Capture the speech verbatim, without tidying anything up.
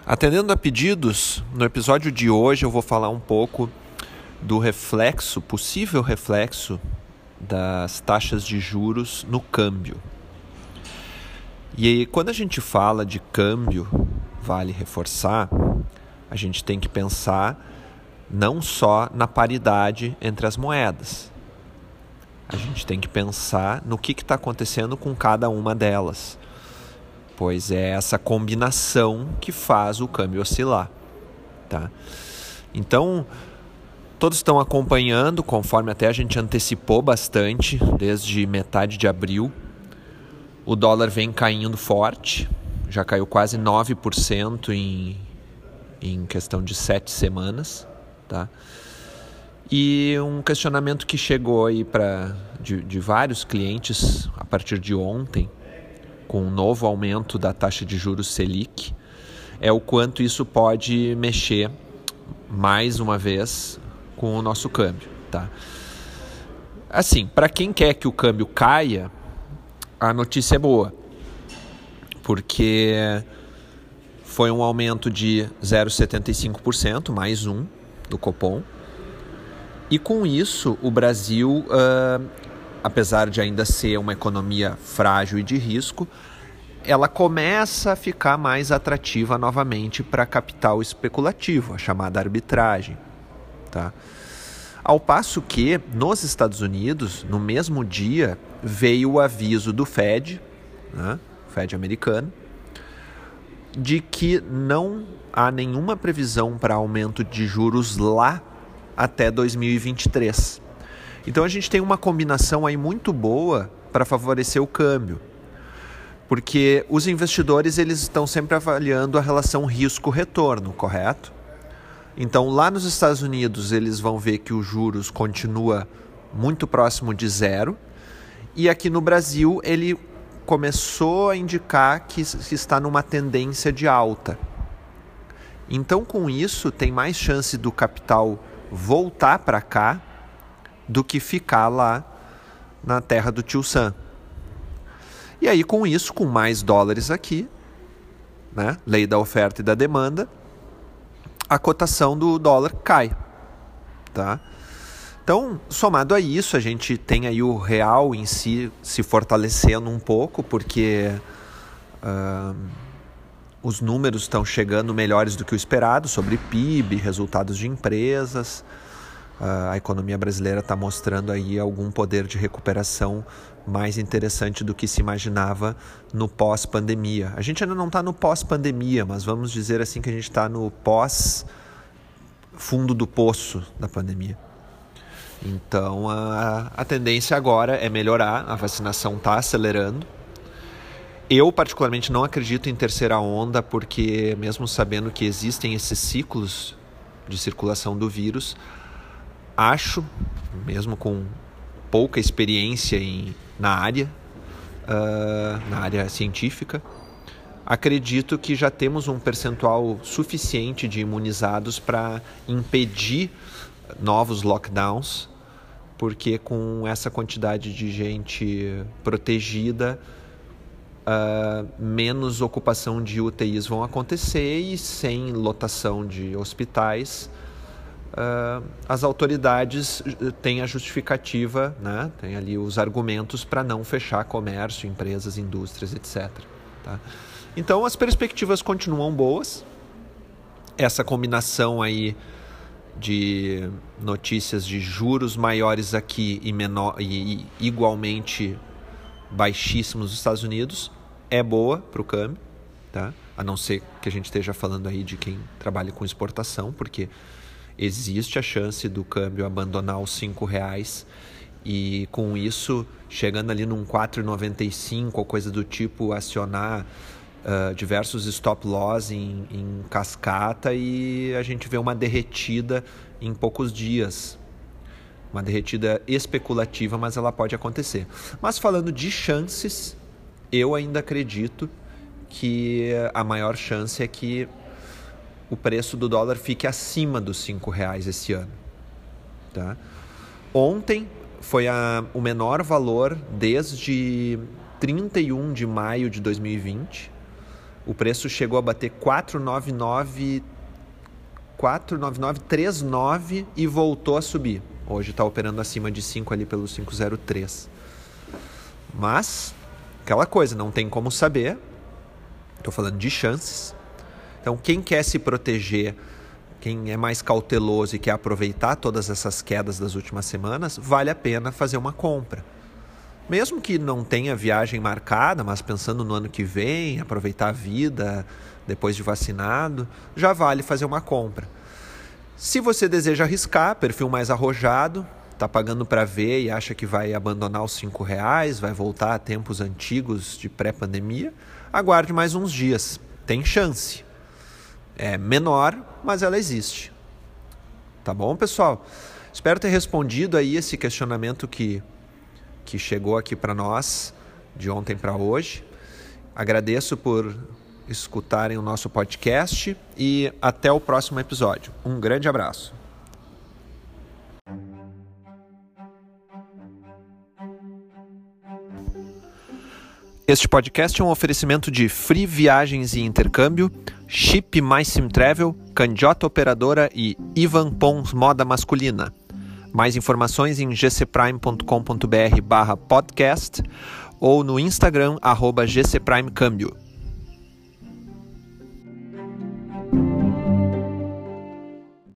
Atendendo a pedidos, no episódio de hoje eu vou falar um pouco do reflexo, possível reflexo das taxas de juros no câmbio. E aí, quando a gente fala de câmbio, vale reforçar, a gente tem que pensar não só na paridade entre as moedas. A gente tem que pensar no que está acontecendo com cada uma delas, pois é essa combinação que faz o câmbio oscilar, tá? Então, todos estão acompanhando, conforme até a gente antecipou bastante, desde metade de abril. O dólar vem caindo forte, já caiu quase nove por cento em, em questão de sete semanas, tá? E um questionamento que chegou aí pra, de, de vários clientes a partir de ontem, com o novo aumento da taxa de juros Selic, é o quanto isso pode mexer mais uma vez com o nosso câmbio, tá? Assim, para quem quer que o câmbio caia, a notícia é boa, porque foi um aumento de zero vírgula setenta e cinco por cento, mais um, do Copom, e com isso o Brasil, uh, apesar de ainda ser uma economia frágil e de risco, ela começa a ficar mais atrativa novamente para capital especulativo, a chamada arbitragem, tá? Ao passo que, nos Estados Unidos, no mesmo dia, veio o aviso do Fed, né, Fed americano, de que não há nenhuma previsão para aumento de juros lá até dois mil e vinte e três. Então a gente tem uma combinação aí muito boa para favorecer o câmbio, porque os investidores eles estão sempre avaliando a relação risco-retorno, correto? Então lá nos Estados Unidos eles vão ver que os juros continua muito próximo de zero, e aqui no Brasil ele começou a indicar que, que está numa tendência de alta. Então com isso tem mais chance do capital voltar para cá do que ficar lá na terra do tio Sam. E aí com isso, com mais dólares aqui, né, lei da oferta e da demanda, a cotação do dólar cai, tá? Então, somado a isso, a gente tem aí o real em si se fortalecendo um pouco, porque uh, os números estão chegando melhores do que o esperado sobre P I B, resultados de empresas. Uh, a economia brasileira está mostrando aí algum poder de recuperação mais interessante do que se imaginava no pós-pandemia. A gente ainda não está no pós-pandemia, mas vamos dizer assim que a gente está no pós-fundo do poço da pandemia. Então a, a tendência agora é melhorar, a vacinação está acelerando. Eu particularmente não acredito em terceira onda, porque mesmo sabendo que existem esses ciclos de circulação do vírus, acho, mesmo com pouca experiência em, na área, uh, na área científica, acredito que já temos um percentual suficiente de imunizados para impedir novos lockdowns, porque com essa quantidade de gente protegida, uh, menos ocupação de U T Is vão acontecer, e sem lotação de hospitais, Uh, as autoridades têm a justificativa, né? Tem ali os argumentos para não fechar comércio, empresas, indústrias, etcétera. Tá? Então as perspectivas continuam boas. Essa combinação aí de notícias de juros maiores aqui e, menor, e, e igualmente baixíssimos nos Estados Unidos é boa para o câmbio, tá? A não ser que a gente esteja falando aí de quem trabalha com exportação, porque existe a chance do câmbio abandonar os cinco reais e com isso, chegando ali num quatro reais e noventa e cinco ou coisa do tipo, acionar uh, diversos stop loss em, em cascata, e a gente vê uma derretida em poucos dias. Uma derretida especulativa, mas ela pode acontecer. Mas falando de chances, eu ainda acredito que a maior chance é que o preço do dólar fique acima dos cinco reais esse ano, tá? Ontem foi a, o menor valor desde trinta e um de maio de dois mil e vinte. o preço chegou a bater quatro reais e noventa e nove centavos, quatro reais e noventa e nove centavos, três reais e nove centavos e voltou a subir. Hoje está operando acima de cinco ali pelo cinco zero três. Mas, aquela coisa, não tem como saber. Estou falando de chances. Então, quem quer se proteger, quem é mais cauteloso e quer aproveitar todas essas quedas das últimas semanas, vale a pena fazer uma compra. Mesmo que não tenha viagem marcada, mas pensando no ano que vem, aproveitar a vida depois de vacinado, já vale fazer uma compra. Se você deseja arriscar, perfil mais arrojado, está pagando para ver e acha que vai abandonar os cinco reais, vai voltar a tempos antigos de pré-pandemia, aguarde mais uns dias. Tem chance. É menor, mas ela existe. Tá bom, pessoal? Espero ter respondido aí esse questionamento que, que chegou aqui para nós, de ontem para hoje. Agradeço por escutarem o nosso podcast e até o próximo episódio. Um grande abraço. Este podcast é um oferecimento de Free Viagens e Intercâmbio, Chip Mais Sim Travel, Candiota Operadora e Ivan Pons Moda Masculina. Mais informações em gcprime.com.br barra podcast ou no Instagram arroba gcprimecâmbio.